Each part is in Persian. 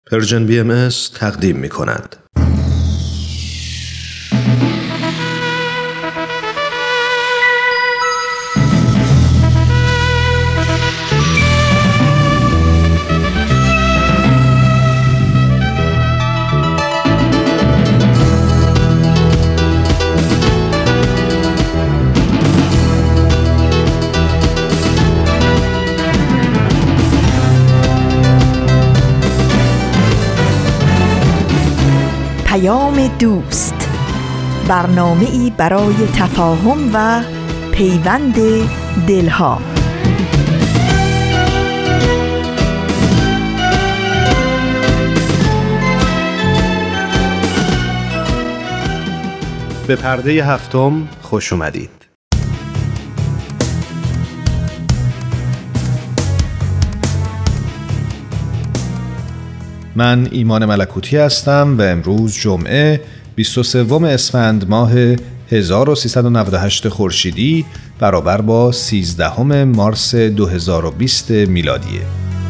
پرژن BMS تقدیم می کند. دوست، برنامه‌ای برای تفاهم و پیوند دلها. به پرده هفتم خوش اومدید. من ایمان ملکوتی هستم و امروز جمعه 23 اسفند ماه 1398 خورشیدی برابر با 13 مارس 2020 میلادیه.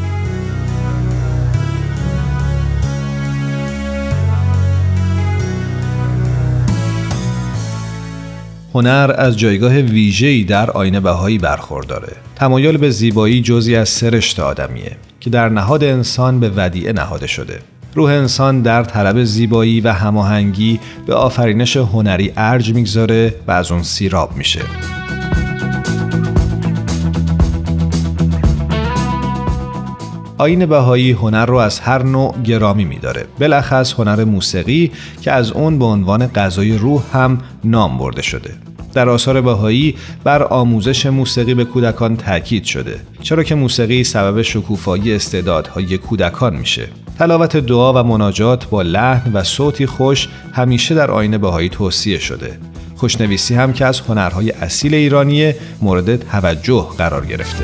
هنر از جایگاه ویژه‌ای در آیین بهایی برخورداره. تمایل به زیبایی جزئی از سرشت آدمیه که در نهاد انسان به ودیعه نهاده شده. روح انسان در طلب زیبایی و هماهنگی به آفرینش هنری ارج میگذاره و از اون سیراب میشه. آیین بهایی هنر رو از هر نوع گرامی می‌داره، بالاخص هنر موسیقی که از اون به عنوان غذای روح هم نام برده شده. در آثار بهایی بر آموزش موسیقی به کودکان تاکید شده، چرا که موسیقی سبب شکوفایی استعدادهای کودکان میشه. تلاوت دعا و مناجات با لحن و صوتی خوش همیشه در آیین بهایی توصیه شده. خوشنویسی هم که از هنرهای اصیل ایرانی مورد توجه قرار گرفته.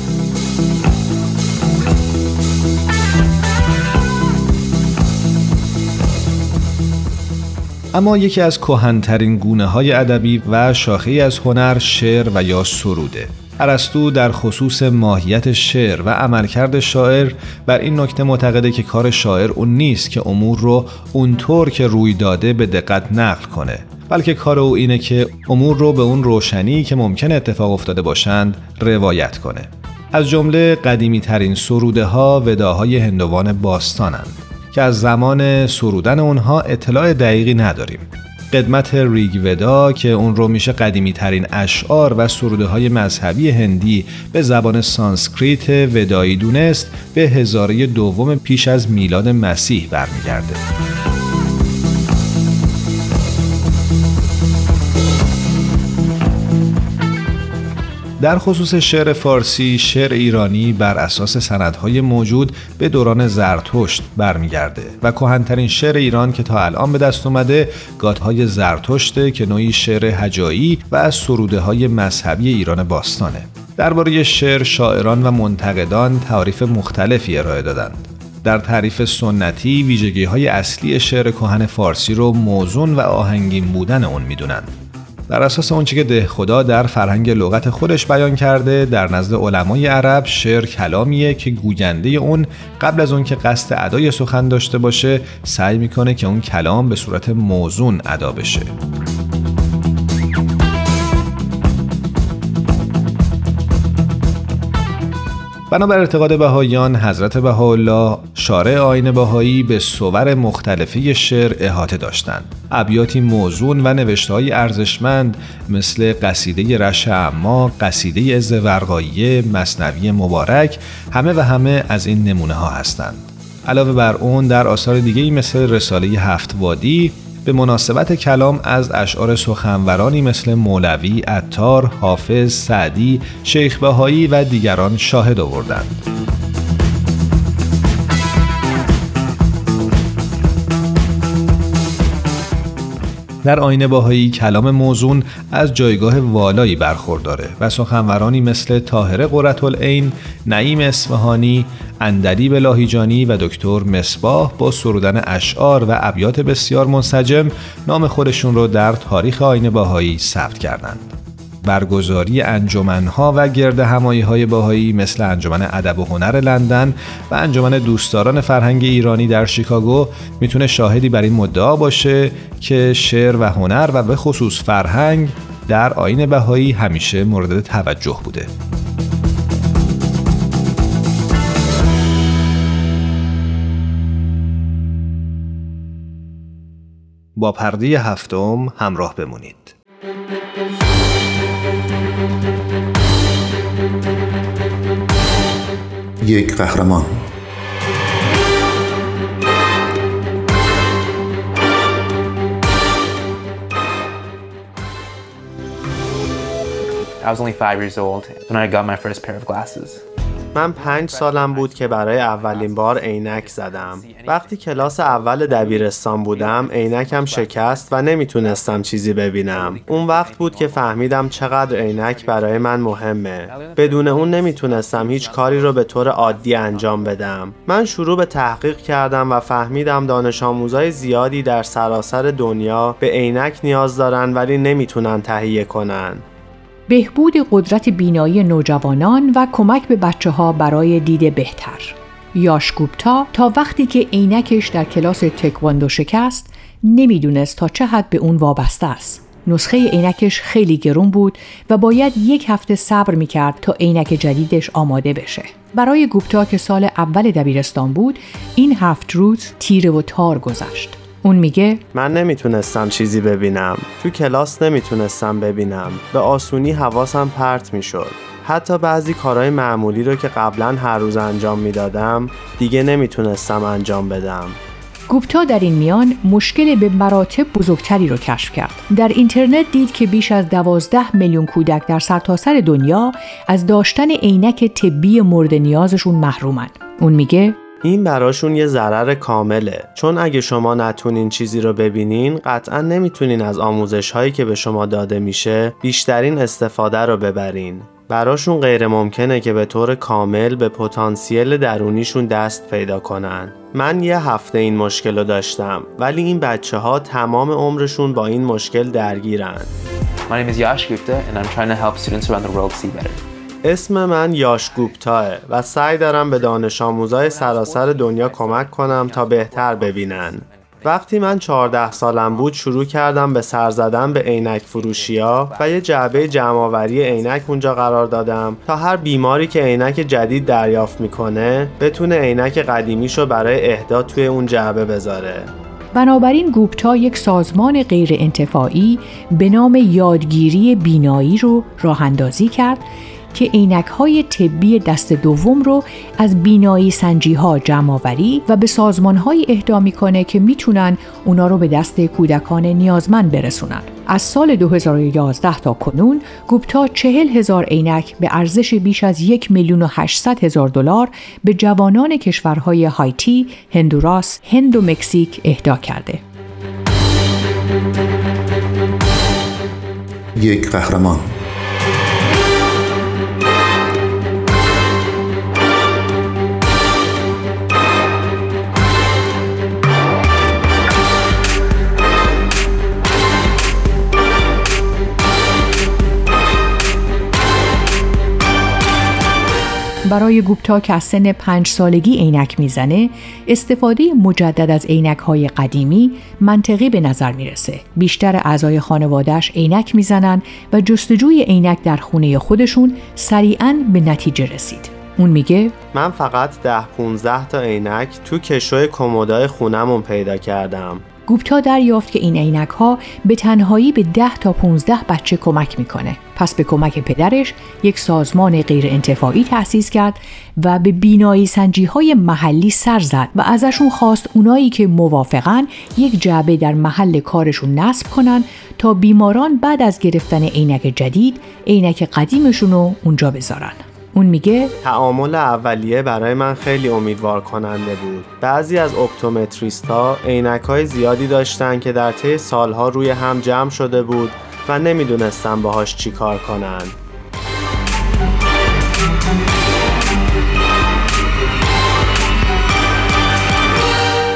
اما یکی از کهن‌ترین گونه‌های ادبی و شاخه‌ای از هنر شعر و یا سروده. ارسطو در خصوص ماهیت شعر و عملکرد شاعر بر این نکته معتقده که کار شاعر اون نیست که امور رو اونطور که روی داده به دقت نقل کنه، بلکه کار او اینه که امور رو به اون روشنی که ممکن اتفاق افتاده باشند روایت کنه. از جمله قدیمی ترین سروده ها وداهای هندوان باستانند که از زمان سرودن اونها اطلاع دقیقی نداریم. قدمت ریگ ودا که اون رو میشه قدیمی ترین اشعار و سروده های مذهبی هندی به زبان سانسکریت ودایی دونست، به هزاره دوم پیش از میلاد مسیح برمیگرده. در خصوص شعر فارسی، شعر ایرانی بر اساس سندهای موجود به دوران زرتشت برمیگرده و کهن‌ترین شعر ایران که تا الان به دست اومده گاتهای زرتشت که نوعی شعر هجایی و از سروده‌های مذهبی ایران باستانه. درباره شعر شاعران و منتقدان تعریف مختلفی ارائه دادند. در تعریف سنتی ویژگی‌های اصلی شعر کهن فارسی رو موزون و آهنگین بودن اون می‌دونند. در اساس اونچه که دهخدا در فرهنگ لغت خودش بیان کرده، در نزد علمای عرب شعر کلامیه که گوینده اون قبل از اون که قصد ادای سخن داشته باشه سعی میکنه که اون کلام به صورت موزون ادا بشه. بنابر اعتقاد بهاییان، حضرت بهاءالله شارع آیین بهایی به صور مختلفه شعر احاطه داشتند. ابیاتی موزون و نوشته‌های ارزشمند مثل قصیده رش عما، قصیده عزورقاییه، مثنوی مبارک همه از این نمونه ها هستند. علاوه بر اون در آثار دیگه‌ای مثل رساله هفت وادی به مناسبت کلام از اشعار سخنورانی مثل مولوی، عطار، حافظ، سعدی، شیخ بهایی و دیگران شاهد آوردند. در آیین بهایی کلام موزون از جایگاه والایی برخورداره و سخنورانی مثل طاهره قرةالعین، نعیم اصفهانی، عندلیب لاهیجانی و دکتر مصباح با سرودن اشعار و ابیات بسیار منسجم نام خودشون رو در تاریخ آیین بهایی ثبت کردند. برگزاری انجمن‌ها و گردهمایی‌های بهایی مثل انجمن ادب و هنر لندن و انجمن دوستداران فرهنگ ایرانی در شیکاگو میتونه شاهدی بر این مدعا باشه که شعر و هنر و به خصوص فرهنگ در آیین بهایی همیشه مورد توجه بوده. با پرده هفتم همراه بمونید. یک قهرمان. I was only 5 years old when I got my first pair of glasses. من 5 سالم بود که برای اولین بار عینک زدم. وقتی کلاس اول دبیرستان بودم، عینکم شکست و نمیتونستم چیزی ببینم. اون وقت بود که فهمیدم چقدر عینک برای من مهمه. بدون اون نمیتونستم هیچ کاری رو به طور عادی انجام بدم. من شروع به تحقیق کردم و فهمیدم دانش آموزای زیادی در سراسر دنیا به عینک نیاز دارن ولی نمیتونن تهیه کنن. بهبود قدرت بینایی نوجوانان و کمک به بچه‌ها برای دید بهتر. یاش گوپتا تا وقتی که عینکش در کلاس تکواندو شکست، نمیدونست تا چه حد به اون وابسته است. نسخه عینکش خیلی گرون بود و باید 1 هفته صبر می‌کرد تا عینک جدیدش آماده بشه. برای گوپتا که سال اول دبیرستان بود، این 7 روز تیره و تار گذشت. اون میگه من نمیتونستم چیزی ببینم. تو کلاس نمیتونستم ببینم. به آسونی حواسم پرت میشد. حتی بعضی کارهای معمولی رو که قبلا هر روز انجام میدادم دیگه نمیتونستم انجام بدم. گوپتا در این میان مشکل به مراتب بزرگتری رو کشف کرد. در اینترنت دید که بیش از 12 میلیون کودک در سرتاسر دنیا از داشتن عینک طبی مورد نیازشون محرومن. اون میگه این براشون یه ضرر کامله، چون اگه شما نتونین چیزی رو ببینین قطعا نمیتونین از آموزش هایی که به شما داده میشه بیشترین استفاده رو ببرین. براشون غیر ممکنه که به طور کامل به پتانسیل درونیشون دست پیدا کنن. من 1 هفته این مشکل رو داشتم، ولی این بچه ها تمام عمرشون با این مشکل درگیرن. My name is Yash Gupta and I'm trying to help students around the world see better. اسم من یاش گوپتاه و سعی دارم به دانش آموزای سراسر دنیا کمک کنم تا بهتر ببینن. وقتی من 14 سالم بود شروع کردم به سر زدن به عینک فروشی‌ها و یه جعبه جمع‌آوری عینک اونجا قرار دادم تا هر بیماری که عینک جدید دریافت میکنه بتونه عینک قدیمیشو برای اهدا توی اون جعبه بذاره. بنابراین گوپتا یک سازمان غیر انتفاعی به نام یادگیری بینایی رو راه اندازی کرد که عینک‌های طبی دست دوم رو از بینایی سنجی‌ها جمع‌آوری و به سازمان‌های اهدا می‌کنه که میتونن اونا رو به دست کودکان نیازمند برسونن. از سال 2011 تا کنون گوپتا 40,000 عینک به ارزش بیش از 1,800,000 دلار به جوانان کشورهای هایتی، هندوراس، هند و مکزیک اهدا کرده. یک قهرمان. برای گوپتا که از سن 5 سالگی عینک میزنه، استفاده مجدد از عینک‌های قدیمی منطقی به نظر میرسه. بیشتر اعضای خانواده‌اش عینک میزنن و جستجوی عینک در خونه خودشون سریعاً به نتیجه رسید. اون میگه من فقط 10-15 تا عینک تو کشوی کمدای خونمون پیدا کردم. گوپتا دریافت که این عینک‌ها به تنهایی به 10 تا 15 بچه کمک میکنه. پس به کمک پدرش یک سازمان غیر انتفاعی تأسیس کرد و به بینایی سنجی‌های محلی سر زد و ازشون خواست اونایی که موافقن یک جعبه در محل کارشون نصب کنن تا بیماران بعد از گرفتن عینک جدید عینک قدیمشون رو اونجا بذارن. اون میگه تعامل اولیه برای من خیلی امیدوار کننده بود. بعضی از اپتومتریست‌ها عینک‌های زیادی داشتن که در طی سالها روی هم جمع شده بود و نمیدونستن باهاش چی کار کنن.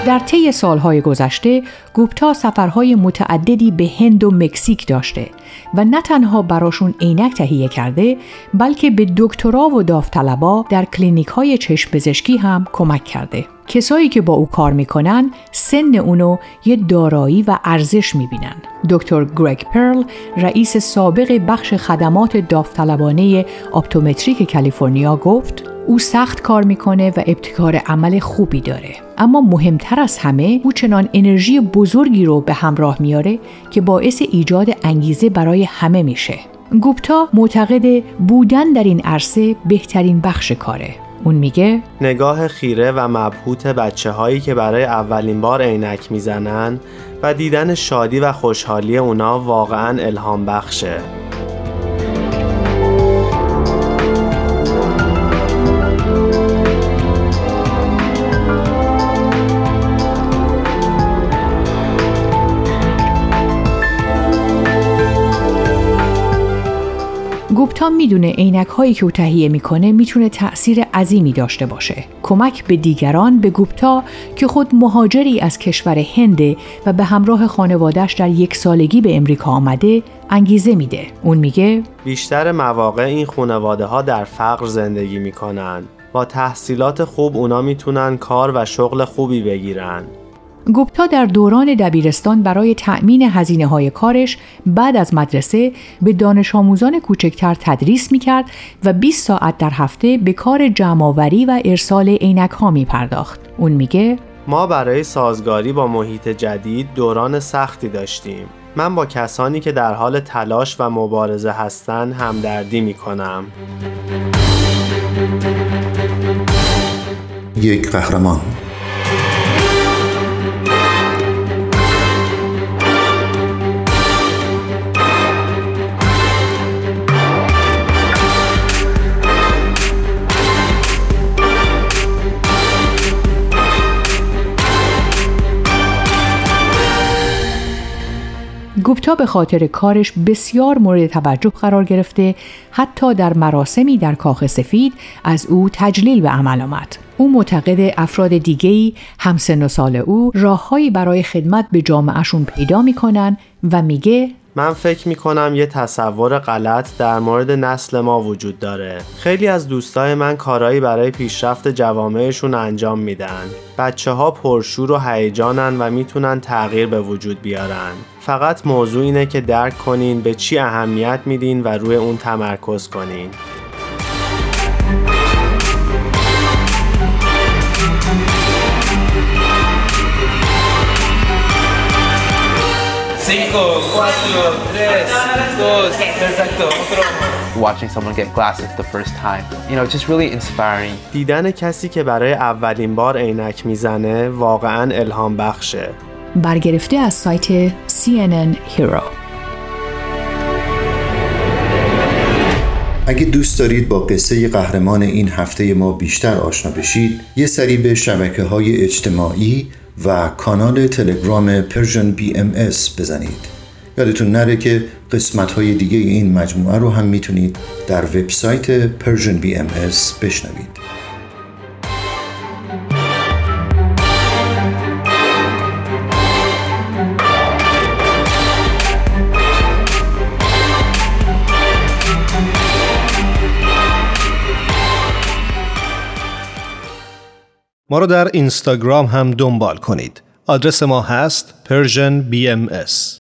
در طی سالهای گذشته گوپتا سفرهای متعددی به هند و مکزیک داشته و نه تنها براشون عینک تهیه کرده بلکه به دکترا و داوطلبا در کلینیک‌های چشم پزشکی هم کمک کرده. کسایی که با او کار میکنن سن اونو یه دارایی و ارزش میبینن. دکتر گرگ پرل، رئیس سابق بخش خدمات داوطلبانه اپتومتریک کالیفرنیا گفت او سخت کار میکنه و ابتکار عمل خوبی داره، اما مهمتر از همه او چنان انرژی بزرگی رو به همراه میاره که باعث ایجاد انگیزه برای همه میشه. گوپتا معتقد بودن در این عرصه بهترین بخش کاره. اون میگه نگاه خیره و مبهوت بچه‌هایی که برای اولین بار عینک میزنن و دیدن شادی و خوشحالی اونا واقعاً الهام بخشه. گوپتا میدونه عینک هایی که او تهیه میکنه میتونه تأثیر عظیمی داشته باشه. کمک به دیگران به گوپتا که خود مهاجری از کشور هنده و به همراه خانواده‌اش در 1 سالگی به امریکا آمده انگیزه میده. اون میگه بیشتر مواقع این خانواده ها در فقر زندگی میکنن. با تحصیلات خوب اونا میتونن کار و شغل خوبی بگیرن. گوپتا در دوران دبیرستان برای تأمین هزینه‌های کارش بعد از مدرسه به دانش آموزان کوچکتر تدریس می‌کرد و 20 ساعت در هفته به کار جمع‌آوری و ارسال عینک‌ها می‌پرداخت. اون میگه ما برای سازگاری با محیط جدید دوران سختی داشتیم. من با کسانی که در حال تلاش و مبارزه هستن همدردی می‌کنم. یک قهرمان. گوپتا به خاطر کارش بسیار مورد توجه قرار گرفته، حتی در مراسمی در کاخ سفید از او تجلیل به عمل آمد. او معتقد افراد دیگه‌ای همسن و سال او راههایی برای خدمت به جامعهشون پیدا میکنن و میگه من فکر میکنم یه تصور غلط در مورد نسل ما وجود داره. خیلی از دوستای من کارهایی برای پیشرفت جوامعشون انجام میدن. بچه‌ها پرشور و هیجانن و میتونن تغییر به وجود بیارن. فقط موضوع اینه که درک کنین به چی اهمیت میدین و روی اون تمرکز کنین. Watching someone get glasses the first time, it's just really inspiring. دیدن کسی که برای اولین بار عینک میزنه واقعاً الهام بخشه. برگرفته از سایت CNN Hero. اگه دوست دارید با قصه قهرمان این هفته ما بیشتر آشنا بشید، یه سری به شبکه‌های اجتماعی و کانال تلگرام Persian BMS بزنید. یادتون نره که قسمت‌های دیگه این مجموعه رو هم میتونید در وبسایت Persian BMS بشنوید. ما رو در اینستاگرام هم دنبال کنید. آدرس ما هست Persian BMS.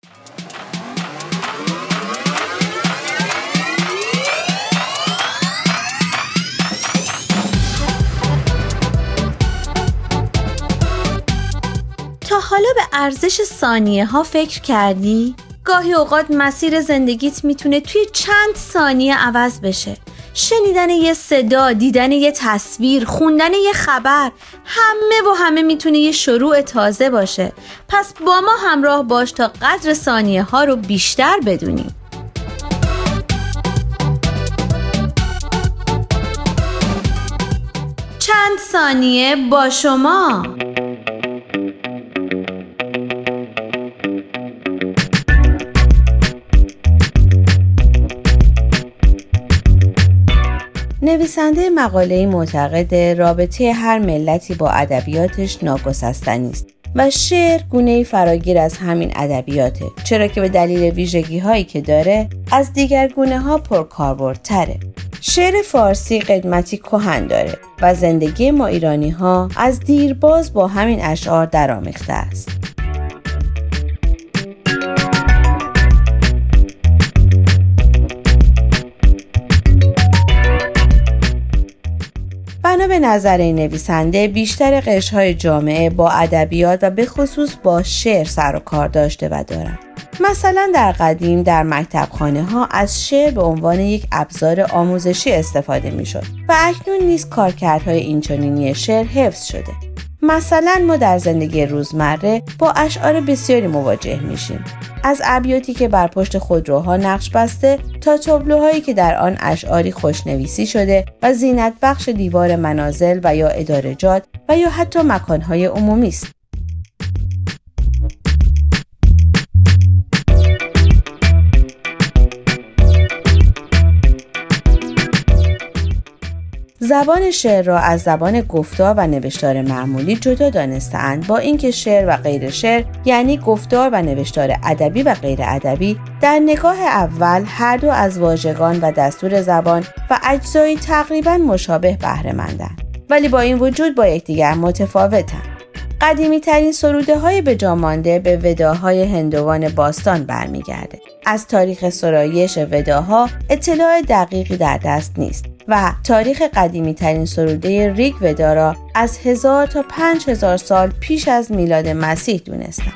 تا حالا به ارزش ثانیه ها فکر کردی؟ گاهی اوقات مسیر زندگیت میتونه توی چند ثانیه عوض بشه. شنیدن یه صدا، دیدن یه تصویر، خوندن یه خبر، همه میتونه یه شروع تازه باشه. پس با ما همراه باش تا قدر ثانیه ها رو بیشتر بدونیم. چند ثانیه با شما. نویسنده مقاله‌ای معتقد رابطه هر ملتی با ادبیاتش ناگسستنی است و شعر گونه‌ای فراگیر از همین ادبیاته، چرا که به دلیل ویژگی‌هایی که داره از دیگر گونه‌ها پرکاربردتره. شعر فارسی قدمتی کهن داره و زندگی ما ایرانی‌ها از دیرباز با همین اشعار درآمیخته است. بنا به نظر این نویسنده بیشتر قشرهای جامعه با ادبیات و به خصوص با شعر سر و کار داشته و دارند. مثلا در قدیم در مکتبخانه ها از شعر به عنوان یک ابزار آموزشی استفاده می شد و اکنون نیز کارکردهای اینچنینی شعر حفظ شده. مثلا ما در زندگی روزمره با اشعار بسیاری مواجه میشیم، از ابیاتی که بر پشت خودروها نقش بسته تا تابلوهایی که در آن اشعاری خوشنویسی شده و زینت بخش دیوار منازل و یا ادارجات و یا حتی مکانهای عمومی است. زبان شعر را از زبان گفتار و نوشتار معمولی جدا دانسته‌اند، با اینکه شعر و غیر شعر یعنی گفتار و نوشتار ادبی و غیر ادبی در نگاه اول هر دو از واژگان و دستور زبان و اجزایی تقریباً مشابه بهره مندند، ولی با این وجود با یکدیگر متفاوتند. قدیمی ترین سروده های به جا مانده به وداهای هندوان باستان برمیگرده. از تاریخ سرایش وداها اطلاع دقیقی در دست نیست و تاریخ قدیمی ترین سروده ریگ ودا را از 1000 تا 5000 سال پیش از میلاد مسیح دونستند.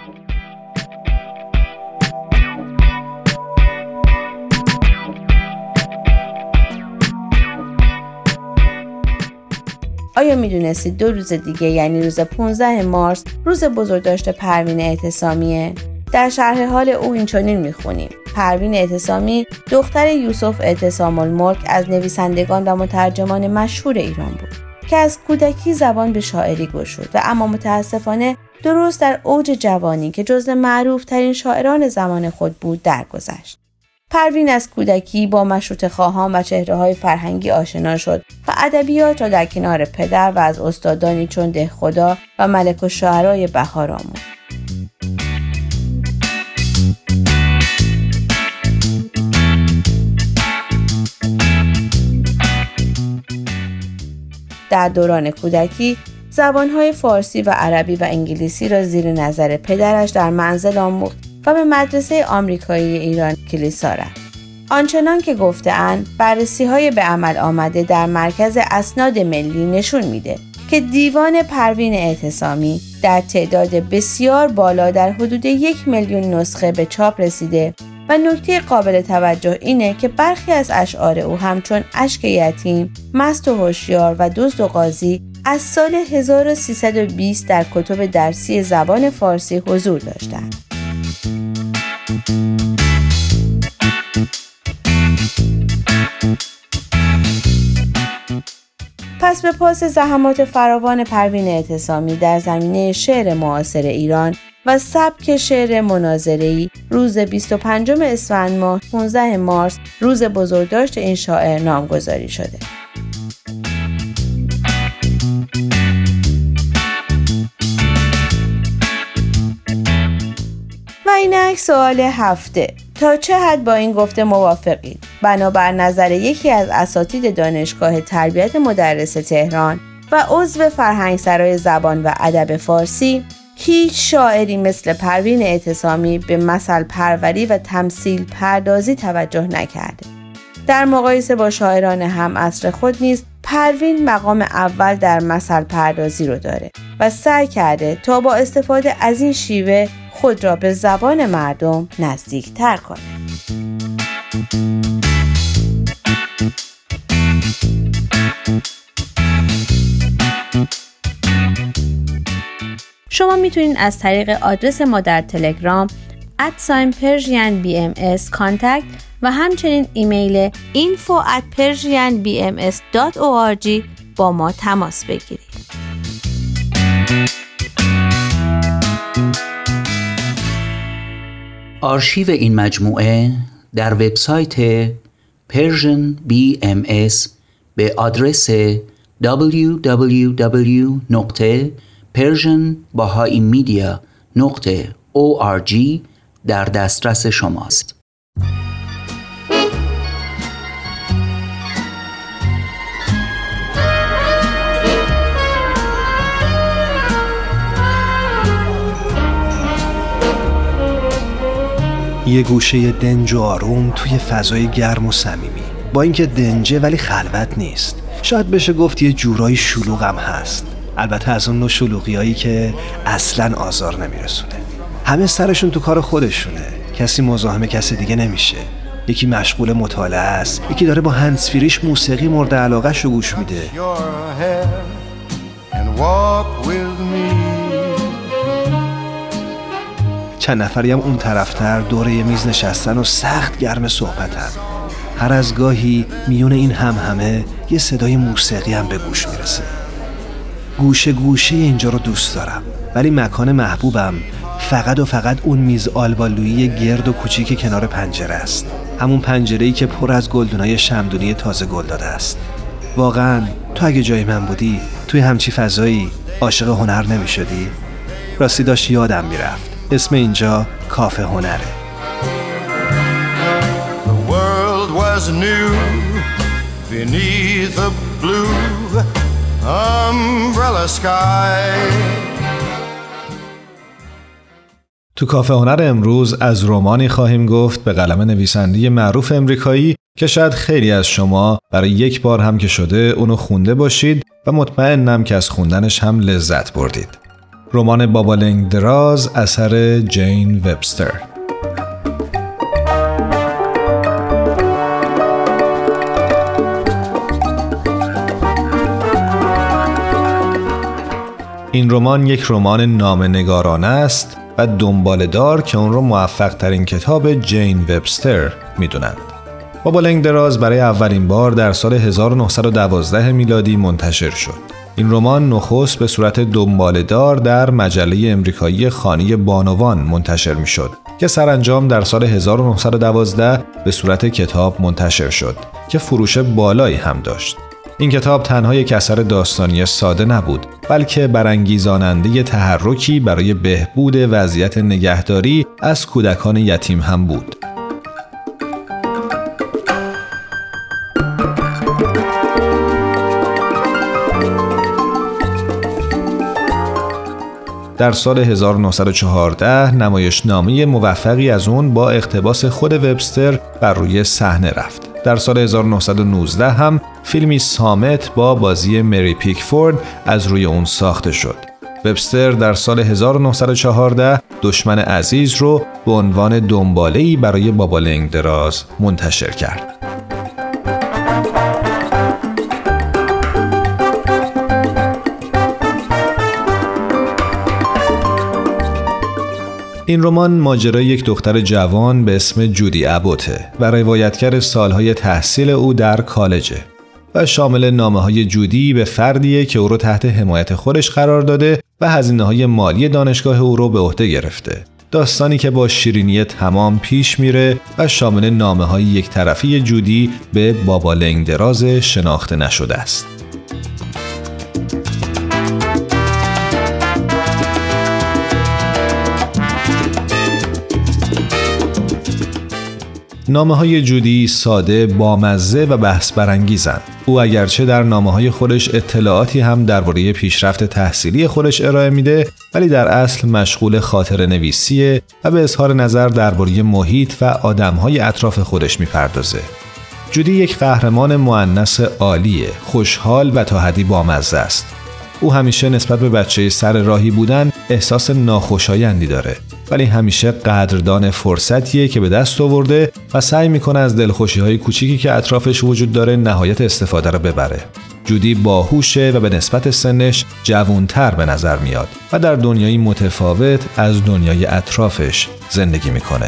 آیا میدونستید 2 روز دیگه یعنی روز 15 مارس روز بزرگداشت پروین اعتصامیه؟ در شرح حال او اینچنین میخونیم: پروین اعتصامی دختر یوسف اعتصام الملک از نویسندگان و مترجمان مشهور ایران بود که از کودکی زبان به شاعری گشود و اما متاسفانه درست در اوج جوانی که جزو معروف ترین شاعران زمان خود بود درگذشت. پروین از کودکی با مشروطه خواهان و چهره‌های فرهنگی آشنا شد و ادبیات را در کنار پدر و از استادانی چون دهخدا و ملک الشعرای بهار آموخت. در دوران کودکی زبان‌های فارسی و عربی و انگلیسی را زیر نظر پدرش در منزل آموخت و به مدرسه آمریکایی ایران کلیسا رفت. آنچنان که گفته‌اند بررسی‌های به عمل آمده در مرکز اسناد ملی نشون میده که دیوان پروین اعتصامی در تعداد بسیار بالا در حدود 1 میلیون نسخه به چاپ رسیده و نکته قابل توجه اینه که برخی از اشعار او همچون اشک یتیم، مست و هوشیار و دزد و قاضی از سال 1320 در کتب درسی زبان فارسی حضور داشتند. پس به پاس زحمات فراوان پروین اعتصامی در زمینه شعر معاصر ایران و سبک شعر مناظره‌ای روز 25 اسفند ماه 15 مارس روز بزرگداشت این شاعر نامگذاری شده. و اینک سوال هفته: تا چه حد با این گفته موافقید؟ بنابر نظر یکی از اساتید دانشگاه تربیت مدرس تهران و عضو فرهنگسرای زبان و ادب فارسی، هیچ شاعری مثل پروین اعتصامی به مثل پروری و تمثیل پردازی توجه نکرده. در مقایسه با شاعران هم عصر خود نیز پروین مقام اول در مثل پردازی رو داره و سعی کرده تا با استفاده از این شیوه خود را به زبان مردم نزدیک تر کنه. شما میتونید از طریق آدرس ما در تلگرام @persianbms کانتکت و همچنین ایمیل info@persianbms.org با ما تماس بگیرید. آرشیو این مجموعه در وبسایت Persian BMS به آدرس www.persianbahaimedia.org در دسترس شماست. یه گوشه دنج و آروم توی فضای گرم و صمیمی. با اینکه دنجه ولی خلوت نیست. شاید بشه گفت یه جورایی شلوغ هم هست. البته از اون نوع شلوغیایی که اصلاً آزار نمیرسونه. همه سرشون تو کار خودشونه. کسی مزاحم کسی دیگه نمیشه. یکی مشغول مطالعه است، یکی داره با هندزفریش موسیقی مورد علاقه‌ش رو گوش میده. چند نفری هم اون طرفتر دور یه میز نشستن و سخت گرم صحبتن. هر از گاهی میون این همه یه صدای موسیقی هم به گوش میرسه. گوشه گوشه اینجا رو دوست دارم، ولی مکان محبوبم فقط اون میز آلبالویی گرد و کوچیک کنار پنجره است. همون پنجره‌ای که پر از گلدونای شمعدونی تازه گل داده است. واقعاً تو اگه جای من بودی توی همچی فضایی عاشق هنر نمی‌شدی؟ راستی داشت یادم میرفت. اسم اینجا کافه هنره. The world was new beneath a blue umbrella sky. تو کافه هنر امروز از رمانی خواهیم گفت به قلم نویسنده معروف امریکایی که شاید خیلی از شما برای یک بار هم که شده اونو خونده باشید و مطمئنم که از خوندنش هم لذت بردید. رمان بابا لنگ دراز اثر جین وبستر. این رمان یک رمان نامه‌نگارانه است و دنباله‌دار که اون رو موفق ترین کتاب جین وبستر میدونند. بابا لنگ دراز برای اولین بار در سال 1912 میلادی منتشر شد. این رمان نخست به صورت دنباله‌دار در مجله امریکایی خانه بانوان منتشر میشد که سرانجام در سال 1912 به صورت کتاب منتشر شد که فروش بالایی هم داشت. این کتاب تنها یک اثر داستانی ساده نبود، بلکه برانگیزاننده تحرکی برای بهبود وضعیت نگهداری از کودکان یتیم هم بود. در سال 1914 نمایشنامه موفقی از اون با اقتباس خود وبستر بر روی صحنه رفت. در سال 1919 هم فیلمی صامت با بازی مری پیکفورد از روی اون ساخته شد. وبستر در سال 1914 دشمن عزیز رو به عنوان دنباله‌ای برای بابا لنگ دراز منتشر کرد. این رمان ماجرای یک دختر جوان به اسم جودی ابوته و روایتگر سالهای تحصیل او در کالجه و شامل نامه‌های جودی به فردیه که او رو تحت حمایت خودش قرار داده و هزینه‌های مالی دانشگاه او رو به عهده گرفته. داستانی که با شیرینی تمام پیش میره و شامل نامه‌های یک طرفی جودی به بابا لنگ دراز شناخته نشده است. نامه‌های جودی ساده، بامزه و بحث برانگیزند. او اگرچه در نامه‌های خودش اطلاعاتی هم درباره پیشرفت تحصیلی خودش ارائه میده، ولی در اصل مشغول خاطره نویسیه و به اظهار نظر درباره محیط و آدم‌های اطراف خودش میپردازه. جودی یک قهرمان مؤنث عالیه، خوشحال و تا حدی بامزه است. او همیشه نسبت به بچه سر راهی بودن احساس ناخوشایندی داره، ولی همیشه قدردان فرصتیه که به دست آورده و سعی میکنه از دلخوشی‌های کوچیکی که اطرافش وجود داره نهایت استفاده رو ببره. جودی باهوشه و به نسبت سنش جوان‌تر به نظر میاد و در دنیایی متفاوت از دنیای اطرافش زندگی میکنه.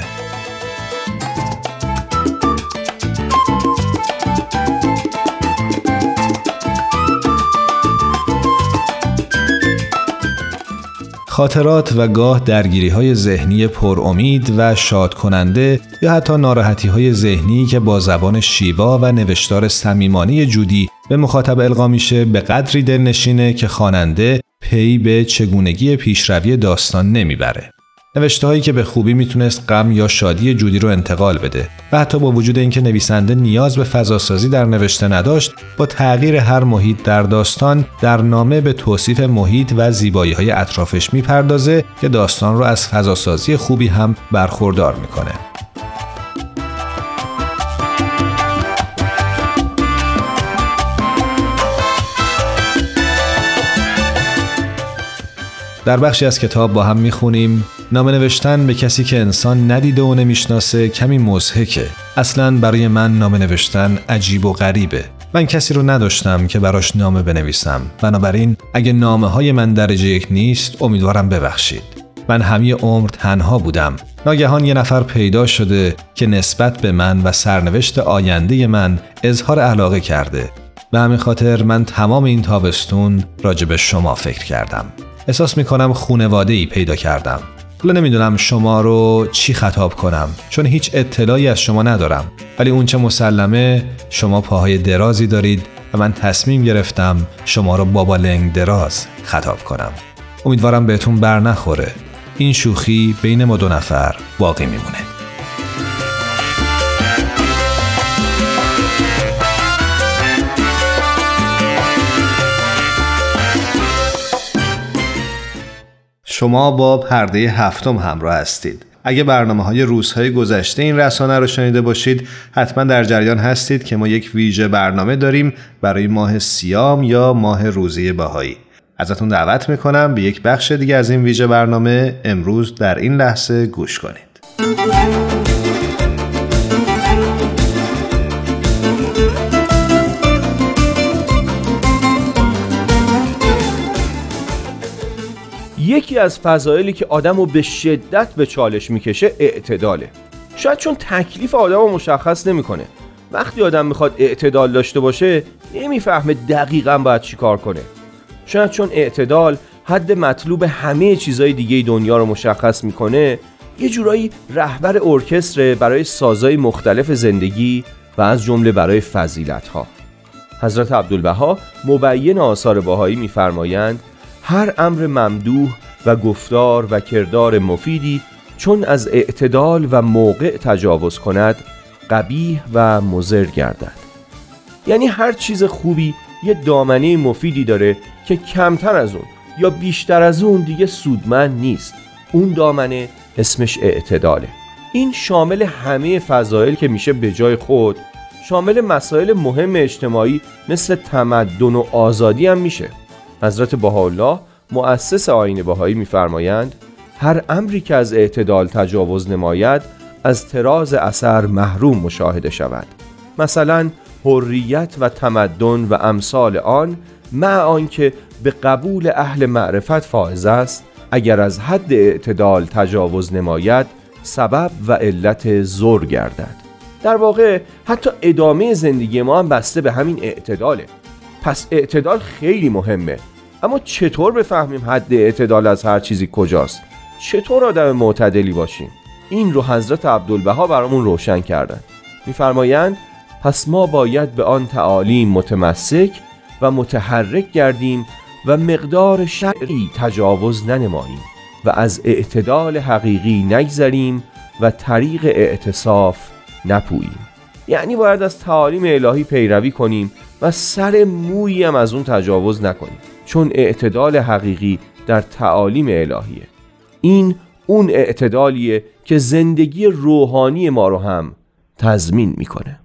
خاطرات و گاه درگیری‌های ذهنی پرامید و شاد کننده یا حتی ناراحتی‌های ذهنی که با زبان شیوا و نوشتار صمیمانه جودی به مخاطب القا میشه به قدری دلنشینه که خواننده پی به چگونگی پیشروی داستان نمیبره. نوشته‌هایی که به خوبی میتونست غم یا شادی جودی رو انتقال بده و حتی با وجود اینکه نویسنده نیاز به فضاسازی در نوشته نداشت، با تغییر هر محیط در داستان در نامه به توصیف محیط و زیبایی‌های اطرافش میپردازه که داستان رو از فضاسازی خوبی هم برخوردار میکنه. در بخشی از کتاب با هم میخونیم نامه نوشتن به کسی که انسان ندیده و نمیشناسه کمی مضحکه. اصلاً برای من نامه نوشتن عجیب و غریبه. من کسی رو نداشتم که براش نامه بنویسم. بنابراین اگه نامه‌های من درجه 1 نیست امیدوارم ببخشید. من همه عمر تنها بودم. ناگهان یه نفر پیدا شده که نسبت به من و سرنوشت آینده من اظهار علاقه کرده. به همین خاطر من تمام این تابستون راجع به شما فکر کردم. احساس میکنم خانواده‌ای پیدا کردم. حالا نمیدونم شما رو چی خطاب کنم چون هیچ اطلاعی از شما ندارم، ولی اون چه مسلمه شما پاهای درازی دارید و من تصمیم گرفتم شما رو بابا لنگ دراز خطاب کنم. امیدوارم بهتون بر نخوره. این شوخی بین ما 2 نفر باقی میمونه. شما با پرده 7 همراه هستید. اگه برنامه‌های روزهای گذشته این رسانه رو شنیده باشید حتما در جریان هستید که ما یک ویژه برنامه داریم برای ماه صیام یا ماه روزه بهایی. ازتون دعوت میکنم به یک بخش دیگه از این ویژه برنامه امروز در این لحظه گوش کنید. یکی از فضایلی که آدمو به شدت به چالش میکشه اعتداله. شاید چون تکلیف آدمو مشخص نمیکنه. وقتی آدم میخواد اعتدال داشته باشه نمیفهمه دقیقاً باید چی کار کنه. شاید چون اعتدال حد مطلوب همه چیزای دیگه دنیا رو مشخص میکنه، یه جورایی رهبر ارکستر برای سازهای مختلف زندگی و از جمله برای فضیلت‌ها. حضرت عبدالبها مبین آثار بهایی میفرمایند هر امر ممدوح و گفتار و کردار مفیدی چون از اعتدال و موقع تجاوز کند قبیح و مضر گردد. یعنی هر چیز خوبی یه دامنه مفیدی داره که کمتر از اون یا بیشتر از اون دیگه سودمند نیست. اون دامنه اسمش اعتداله. این شامل همه فضایل که میشه به جای خود، شامل مسائل مهم اجتماعی مثل تمدن و آزادی هم میشه. حضرت بهاءالله مؤسس آیین بهایی میفرمایند هر امری که از اعتدال تجاوز نماید از طراز اثر محروم مشاهده شود. مثلا حریت و تمدن و امثال آن مع آنکه به قبول اهل معرفت فائز است، اگر از حد اعتدال تجاوز نماید سبب و علت زور گردد. در واقع حتی ادامه زندگی ما هم بسته به همین اعتداله. پس اعتدال خیلی مهمه. اما چطور بفهمیم حد اعتدال از هر چیزی کجاست؟ چطور آدم معتدلی باشیم؟ این رو حضرت عبدالبها برامون روشن کردن. میفرمایند پس ما باید به آن تعالیم متمسک و متحرک گردیم و مقدار شرعی تجاوز ننماییم و از اعتدال حقیقی نگذریم و طریق اعتصاف نپوییم. یعنی باید از تعالیم الهی پیروی کنیم و سر مویی هم از اون تجاوز نکنیم، چون اعتدال حقیقی در تعالیم الهیه. این اون اعتدالیه که زندگی روحانی ما رو هم تضمین میکنه.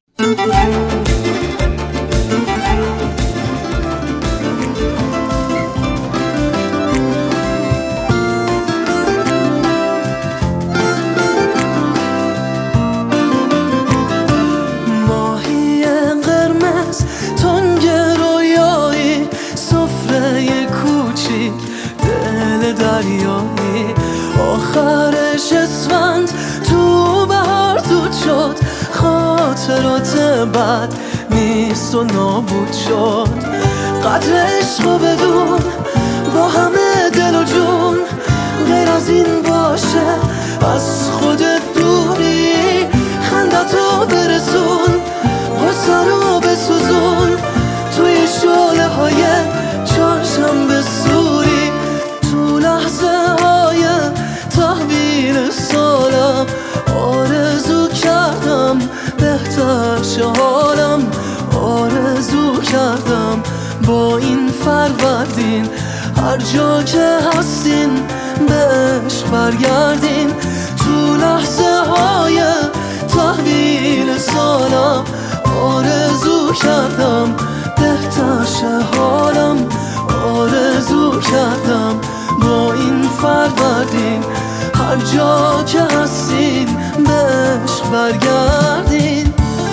آخرش اسفند تو بهار دود شد، خاطرات بد نیست و نابود شد. قدر عشق و بدون با همه دل و جون این باشه از خودت دوری، خندتو برسون، غصه رو بسوزون، توی شعله های چهارشنبه سوری، تو لحظه های تحویل سالم آرزو کردم بهتر شه حالم، آرزو کردم با این فروردین هر جا که هستین بهش برگردین، تو لحظه های تحویل سالم آرزو کردم بهتر شه حالم، آرزو کردم با این فروردین هر جا که هستین بهش برگردین.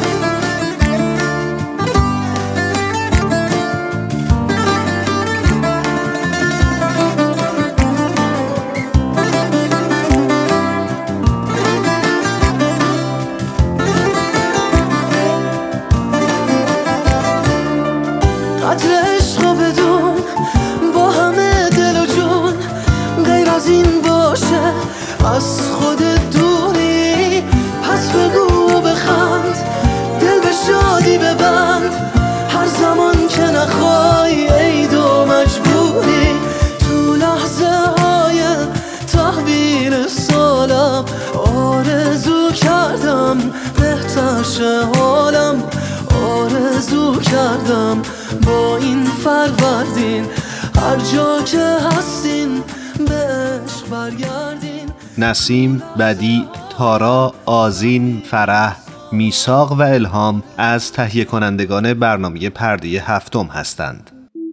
قدر عشق بدون با همه دل و جون، غیر از این باشه از خودت دوری، پس بگو و بخند دل به شادی ببند، هر زمان که نخوای عید و مجبوری، تو لحظه های تحویل سالم آرزو کردم بهتر شه حالم، آرزو کردم با این فروردین هر جا که هستین بهش برگردین. نسیم، بدیع، تارا، آذین، فرح، میثاق و الهام از تهیه کنندگان برنامه پرده هفتم هستند.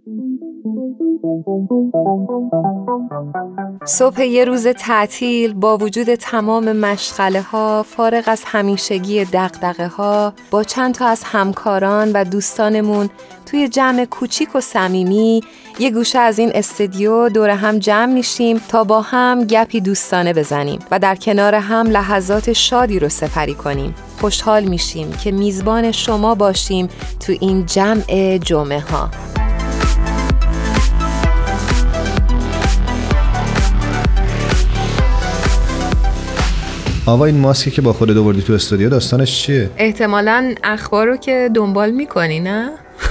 صبح یه روز تعطیل با وجود تمام مشغله ها، فارغ از همیشگی دغدغه ها، با چند تا از همکاران و دوستانمون توی جمع کوچیک و صمیمی یه گوشه از این استودیو دور هم جمع میشیم تا با هم گپی دوستانه بزنیم و در کنار هم لحظات شادی رو سپری کنیم. خوشحال میشیم که میزبان شما باشیم تو این جمع جمعه ها. آوا، این ماسکی که با خودت آوردی تو استودیو داستانش چیه؟ احتمالاً اخبار رو که دنبال میکنی نه؟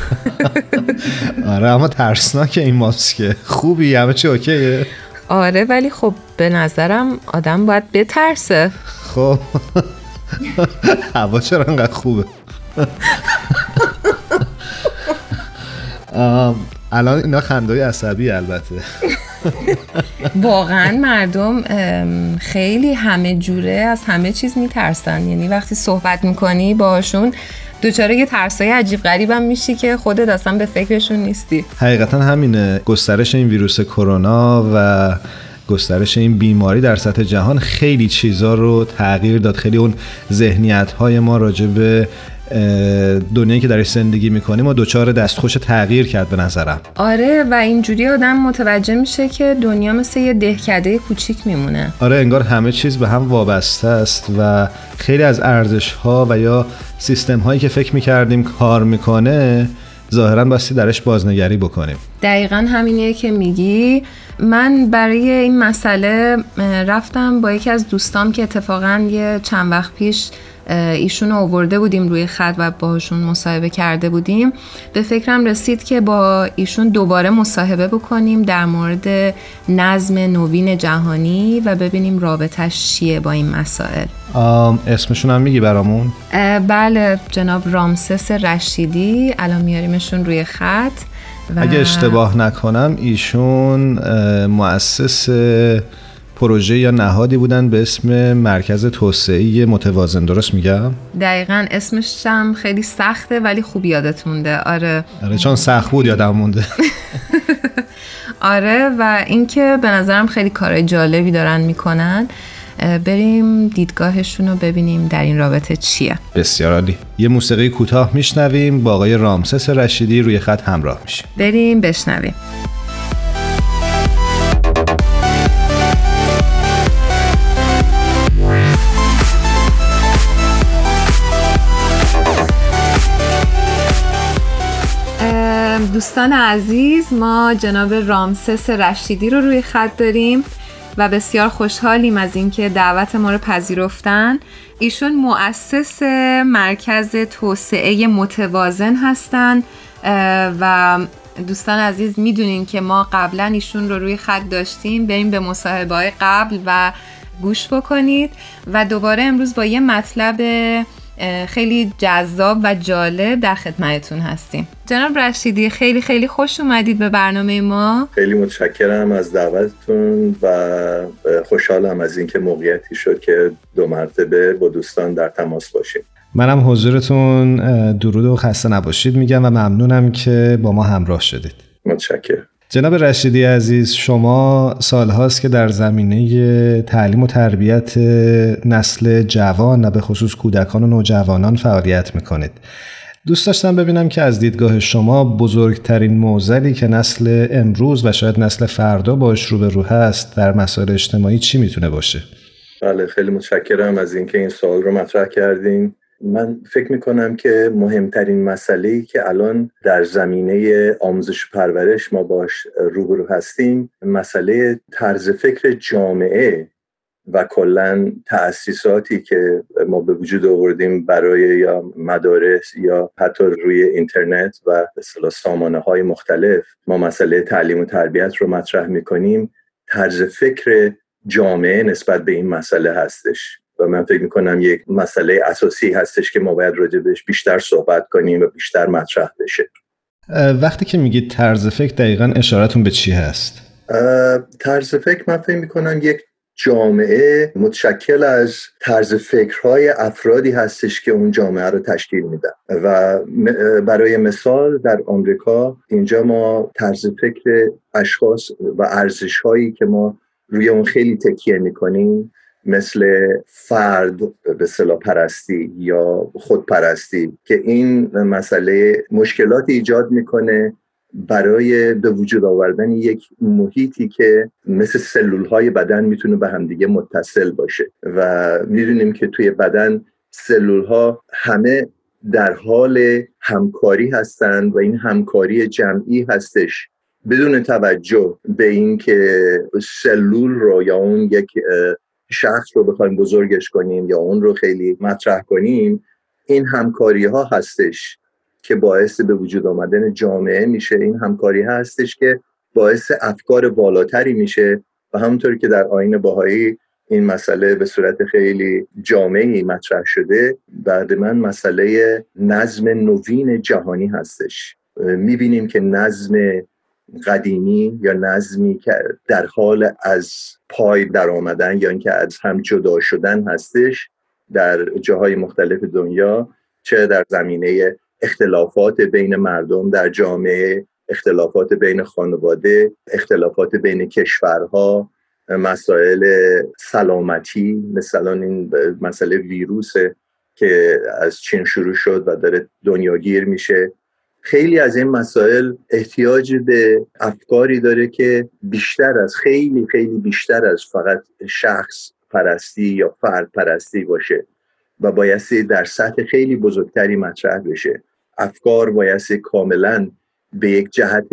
آره، اما ترسناکه این ماسکه. خوبی؟ همه چی اوکیه؟ آره، ولی خب به نظرم آدم باید بترسه. خب هوا چرا انقدر خوبه؟ الان اینا خنده‌های عصبی البته. واقعا مردم خیلی همه جوره از همه چیز میترسن، یعنی وقتی صحبت میکنی باشون دوچاره یه ترسای عجیب غریبم میشی که خودت اصلا به فکرشون نیستی. حقیقتا همینه. گسترش این ویروس کرونا و گسترش این بیماری در سطح جهان خیلی چیزا رو تغییر داد. خیلی اون ذهنیت‌های ما راجع به دنیایی که درش زندگی میکنیم و دوچار دستخوش تغییر کرد به نظرم. آره، و اینجوری آدم متوجه میشه که دنیا مثل یه دهکده کوچیک میمونه. آره، انگار همه چیز به هم وابسته است و خیلی از ارزش‌ها و یا سیستم‌هایی که فکر میکردیم کار میکنه ظاهراً باستی درش بازنگری بکنیم. دقیقاً همینه که میگی. من برای این مسئله رفتم با یکی از دوستام که اتفاقاً یه چند وقت پیش ایشون رو آورده بودیم روی خط و باهاشون مصاحبه کرده بودیم. به فکرم رسید که با ایشون دوباره مصاحبه بکنیم در مورد نظم نوین جهانی و ببینیم رابطش چیه با این مسائل. اسمشون هم میگی برامون؟ بله، جناب رامسس رشیدی. الان میاریمشون روی خط. اگه اشتباه نکنم ایشون مؤسس پروژه یا نهادی بودن به اسم مرکز توسعه متوازن، درست میگم؟ دقیقاً، اسمش هم خیلی سخته ولی خوب یادت مونده. آره چون سخت بود یادم مونده. آره، و اینکه به نظرم خیلی کارهای جالبی دارن میکنن. بریم دیدگاهشون رو ببینیم در این رابطه چیه. بسیار عالی. یه موسیقی کوتاه میشنویم، با آقای رامسس رشیدی روی خط همراه میشیم. بریم بشنویم. دوستان عزیز، ما جناب رامسس رشیدی رو روی خط داریم و بسیار خوشحالیم از اینکه دعوت ما رو پذیرفتن. ایشون مؤسس مرکز توسعه متوازن هستن و دوستان عزیز میدونین که ما قبلا ایشون رو روی خط داشتیم، بریم به مصاحبه‌های قبل و گوش بکنید و دوباره امروز با یه مطلب خیلی جذاب و جالب در خدمتتون هستیم. جناب رشیدی خیلی خیلی خوش اومدید به برنامه ما. خیلی متشکرم از دعوتتون و خوشحالم از اینکه موقعیتی شد که 2 مرتبه با دوستان در تماس باشیم. منم حضورتون درود و خسته نباشید میگم و ممنونم که با ما همراه شدید. متشکرم. جناب رشیدی عزیز، شما سالهاست که در زمینه تعلیم و تربیت نسل جوان و به خصوص کودکان و نوجوانان فعالیت میکنید. دوست داشتم ببینم که از دیدگاه شما بزرگترین معضلی که نسل امروز و شاید نسل فردا باش روبرو هست در مسائل اجتماعی چی میتونه باشه؟ بله، خیلی متشکرم از اینکه این سوال رو مطرح کردین. من فکر میکنم که مهمترین مسئله‌ای که الان در زمینه آموزش و پرورش ما باش روبرو هستیم مسئله طرز فکر جامعه و کلاً تأسیساتی که ما به وجود آوردیم برای یا مدارس یا حتی روی اینترنت و به اصطلاح سامانه‌های مختلف ما مسئله تعلیم و تربیت رو مطرح میکنیم. طرز فکر جامعه نسبت به این مسئله هستش و من فکر میکنم یک مسئله اساسی هستش که ما باید راجع بهش بیشتر صحبت کنیم و بیشتر مطرح بشه. وقتی که میگید طرز فکر دقیقاً اشارتون به چی هست؟ طرز فکر من فکر میکنم یک جامعه متشکل از طرز فکرهای افرادی هستش که اون جامعه رو تشکیل میدن و برای مثال در آمریکا اینجا ما طرز فکر اشخاص و ارزش‌هایی که ما روی اون خیلی تکیه میکنیم مثل فرد به اصطلاح پرستی یا خودپرستی که این مسئله مشکلاتی ایجاد میکنه برای به وجود آوردن یک محیطی که مثل سلولهای بدن میتونه به همدیگه متصل باشه و میدونیم که توی بدن سلولها همه در حال همکاری هستند و این همکاری جمعی هستش بدون توجه به این که سلول رو یا اون یک شخص رو بخوایم بزرگش کنیم یا اون رو خیلی مطرح کنیم. این همکاری ها هستش که باعث به وجود آمدن جامعه میشه. این همکاری هستش که باعث افکار بالاتری میشه و همونطوری که در آیین بهایی این مسئله به صورت خیلی جامعی مطرح شده، بعد من مسئله نظم نوین جهانی هستش. میبینیم که نظم قدیمی یا نظمی که در حال از پای در آمدن یا اینکه از هم جدا شدن هستش در جاهای مختلف دنیا، چه در زمینه اختلافات بین مردم در جامعه، اختلافات بین خانواده، اختلافات بین کشورها، مسائل سلامتی، مثلا این مسئله ویروس که از چین شروع شد و داره دنیاگیر میشه. خیلی از این مسائل احتیاج به افکاری داره که بیشتر از خیلی بیشتر از فقط شخص پرستی یا فرد پرستی باشه و بایستی در سطح خیلی بزرگتری مطرح بشه. افکار بایستی کاملا به یک جهت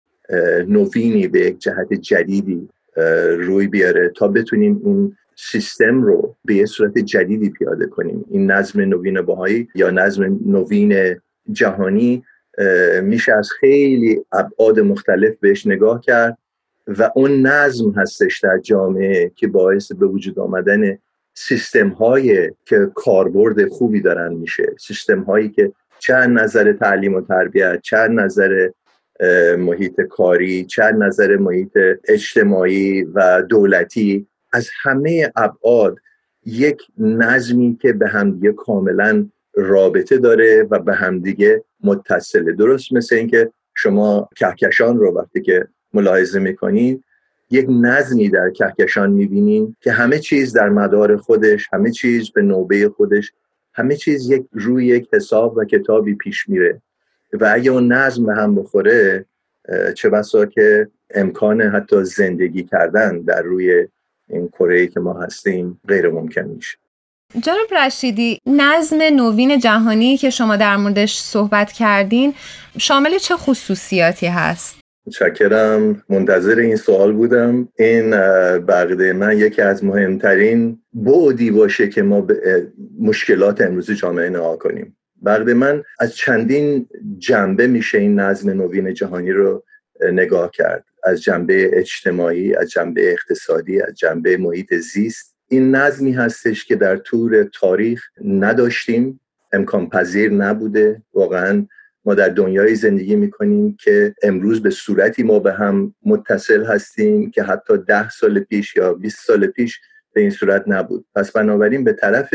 نوینی، به یک جهت جدیدی روی بیاره تا بتونیم این سیستم رو به یه صورت جدیدی پیاده کنیم. این نظم نوین بهایی یا نظم نوین جهانی میشه از خیلی ابعاد مختلف بهش نگاه کرد و اون نظم هستش در جامعه که باعث به وجود آمدن سیستم هایی که کاربرد خوبی دارن میشه. سیستم هایی که چه نظر تعلیم و تربیت، چه نظر محیط کاری، چه نظر محیط اجتماعی و دولتی، از همه ابعاد یک نظمی که به همدیگه کاملا رابطه داره و به همدیگه متصله. درست مثل اینکه شما کهکشان رو وقتی که ملاحظه میکنین یک نظمی در کهکشان میبینین که همه چیز در مدار خودش، همه چیز به نوبه خودش، همه چیز روی یک حساب و کتابی پیش میره و اگه اون نظم به هم بخوره چه بسا که امکان حتی زندگی کردن در روی این کره‌ای که ما هستیم غیر ممکن میشه. جناب رشیدی، نظم نوین جهانی که شما در موردش صحبت کردین شامل چه خصوصیاتی هست؟ متشکرم. منتظر این سوال بودم. این بقیده من یکی از مهمترین بعدی باشه که ما به مشکلات امروزی جامعه نگاه کنیم. بقیده من از چندین جنبه میشه این نظم نوین جهانی رو نگاه کرد. از جنبه اجتماعی، از جنبه اقتصادی، از جنبه محیط زیست. این نظمی هستش که در طول تاریخ نداشتیم، امکان پذیر نبوده. واقعاً ما در دنیای زندگی میکنیم که امروز به صورتی ما به هم متصل هستیم که حتی 10 سال پیش یا 20 سال پیش به این صورت نبود. پس بنابراین به طرف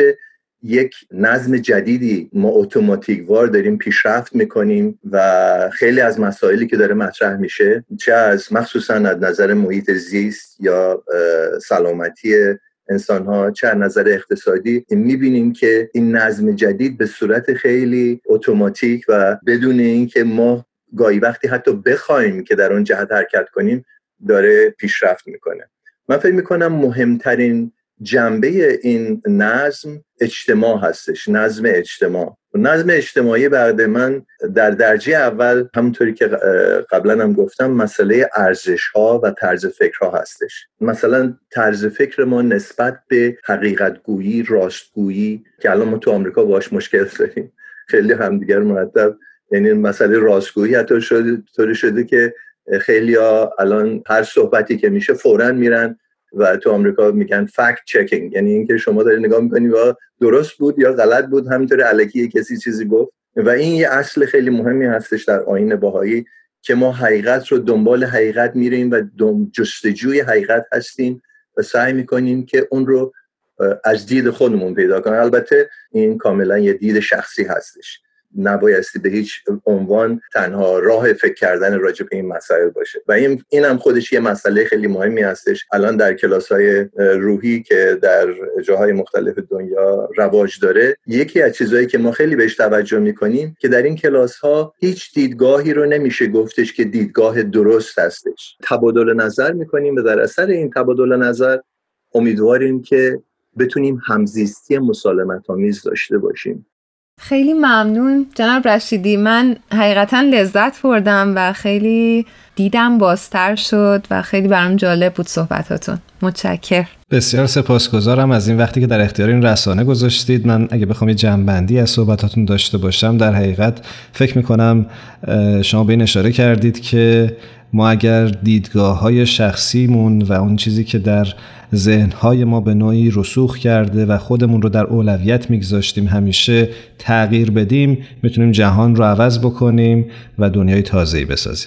یک نظم جدیدی ما اتوماتیک وار داریم پیشرفت میکنیم و خیلی از مسائلی که داره مطرح میشه، چه از مخصوصا از نظر محیط زیست یا سلامتی انسان ها، چه از نظر اقتصادی، میبینیم که این نظم جدید به صورت خیلی اتوماتیک و بدون اینکه ما گاهی وقتی حتی بخوایم که در اون جهت حرکت کنیم داره پیشرفت میکنه. من فکر میکنم مهمترین جنبه این نظم اجتماع هستش، نظم اجتماع. نظم اجتماعی بعد من در درجه اول همونطوری که قبلا هم گفتم مسئله ارزش‌ها و طرز فکرها هستش. مثلا طرز فکر ما نسبت به حقیقت‌گویی، راستگویی که الان ما تو آمریکا باهاش مشکل داریم، خیلی همدیگر مرتب، یعنی مسئله راستگویی حتی طوری شده که خیلی‌ها الان هر صحبتی که میشه فوراً میرن و تو آمریکا میگن فکت چکینگ، یعنی اینکه شما داری نگاه میکنی و درست بود یا غلط بود، همینطوری الکی کسی چیزی گفت. و این یه اصل خیلی مهمی هستش در آیین بهایی که ما حقیقت رو دنبال حقیقت میریم و جستجوی حقیقت هستیم و سعی میکنیم که اون رو از دید خودمون پیدا کنیم. البته این کاملا یه دید شخصی هستش، نبایستی به هیچ عنوان تنها راه فکر کردن راجع به این مسائل باشه. و این هم خودش یه مسئله خیلی مهمی هستش. الان در کلاس‌های روحی که در جاهای مختلف دنیا رواج داره، یکی از چیزایی که ما خیلی بهش توجه می‌کنیم که در این کلاس‌ها هیچ دیدگاهی رو نمیشه گفتش که دیدگاه درست هستش. تبادل نظر می‌کنیم و در اثر این تبادل نظر امیدواریم که بتونیم همزیستی مسالمت‌آمیز داشته باشیم. خیلی ممنون جناب رشیدی. من حقیقتا لذت بردم و خیلی دیدم بازتر شد و خیلی برام جالب بود صحبتاتون. متشکرم. بسیار سپاسگزارم از این وقتی که در اختیار این رسانه گذاشتید. من اگه بخوام یه جمع‌بندی از صحبتاتون داشته باشم، در حقیقت فکر میکنم شما به این اشاره کردید که ما اگر دیدگاه‌های شخصیمون و اون چیزی که در ذهن‌های ما به نوعی رسوخ کرده و خودمون رو در اولویت میگذاشتیم همیشه تغییر بدیم، میتونیم جهان رو عوض بکنیم و دنیای تازه‌ای بسازیم.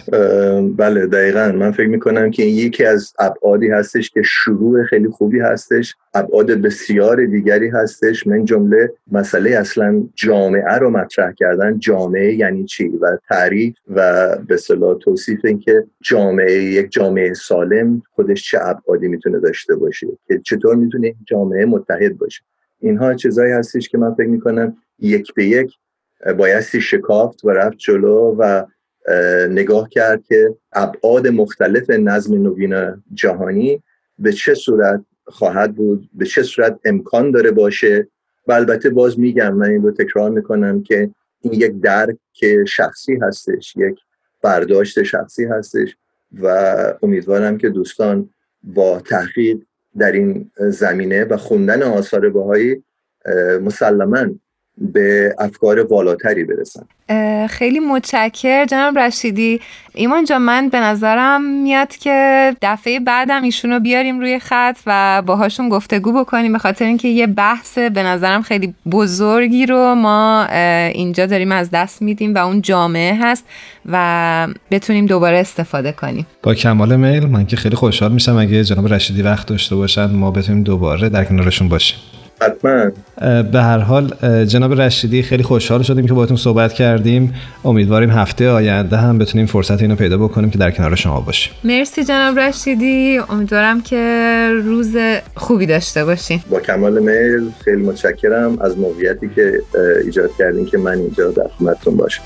بله دقیقاً. من فکر میکنم که این یکی از ابعادی هستش که شروع خیلی خوبی هستش. ابعاد بسیار دیگری هستش، من جمله مسئله اصلا جامعه رو مطرح کردن. جامعه یعنی چی و تعریف و به اصطلاح توصیف این که جامعه، یک جامعه سالم خودش چه ابعادی میتونه داشته باشه، که چطور میتونه این جامعه متحد باشه. اینها چیزایی هستش که من فکر میکنم یک به یک بایستی شکافت و رفت جلو و نگاه کرد که ابعاد مختلف نظم نوین جهانی به چه صورت خواهد بود، به چه صورت امکان داره باشه. و البته باز میگم، من این رو تکرار میکنم که این یک درک که شخصی هستش، یک برداشت شخصی هستش و امیدوارم که دوستان با تحقیق در این زمینه و خوندن آثار بهایی مسلماً به افکار والاتری برسن. خیلی متشکرم جناب رشیدی. ایمان جان، من به نظرم میاد که دفعه بعدم ایشونو بیاریم روی خط و باهاشون گفتگو بکنیم، به خاطر اینکه یه بحث به نظرم خیلی بزرگی رو ما اینجا داریم از دست میدیم و اون جامعه هست و بتونیم دوباره استفاده کنیم. با کمال میل. من که خیلی خوشحال میشم اگه جناب رشیدی وقت داشته باشن ما بتونیم دوباره در کنارشون باشیم. حتما. به هر حال جناب رشیدی خیلی خوشحال شدیم که باهاتون صحبت کردیم. امیدواریم هفته آینده هم بتونیم فرصت اینو پیدا بکنیم که در کنار شما باشیم. مرسی جناب رشیدی. امیدوارم که روز خوبی داشته باشین. با کمال میل. خیلی متشکرم از موقعیتی که ایجاد کردین که من اینجا در خدمتتون باشم.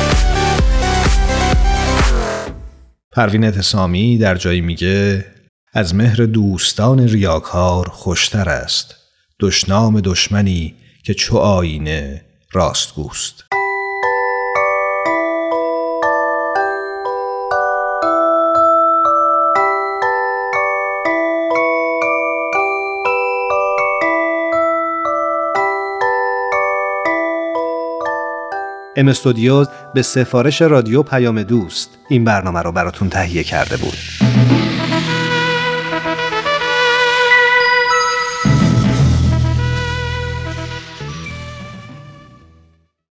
پروین اعتصامی در جایی میگه از مهر دوستان ریاکار خوشتر است دشنام دشمنی که چو آینه راستگوست. ام استودیوز به سفارش رادیو پیام دوست این برنامه رو براتون تهیه کرده بود.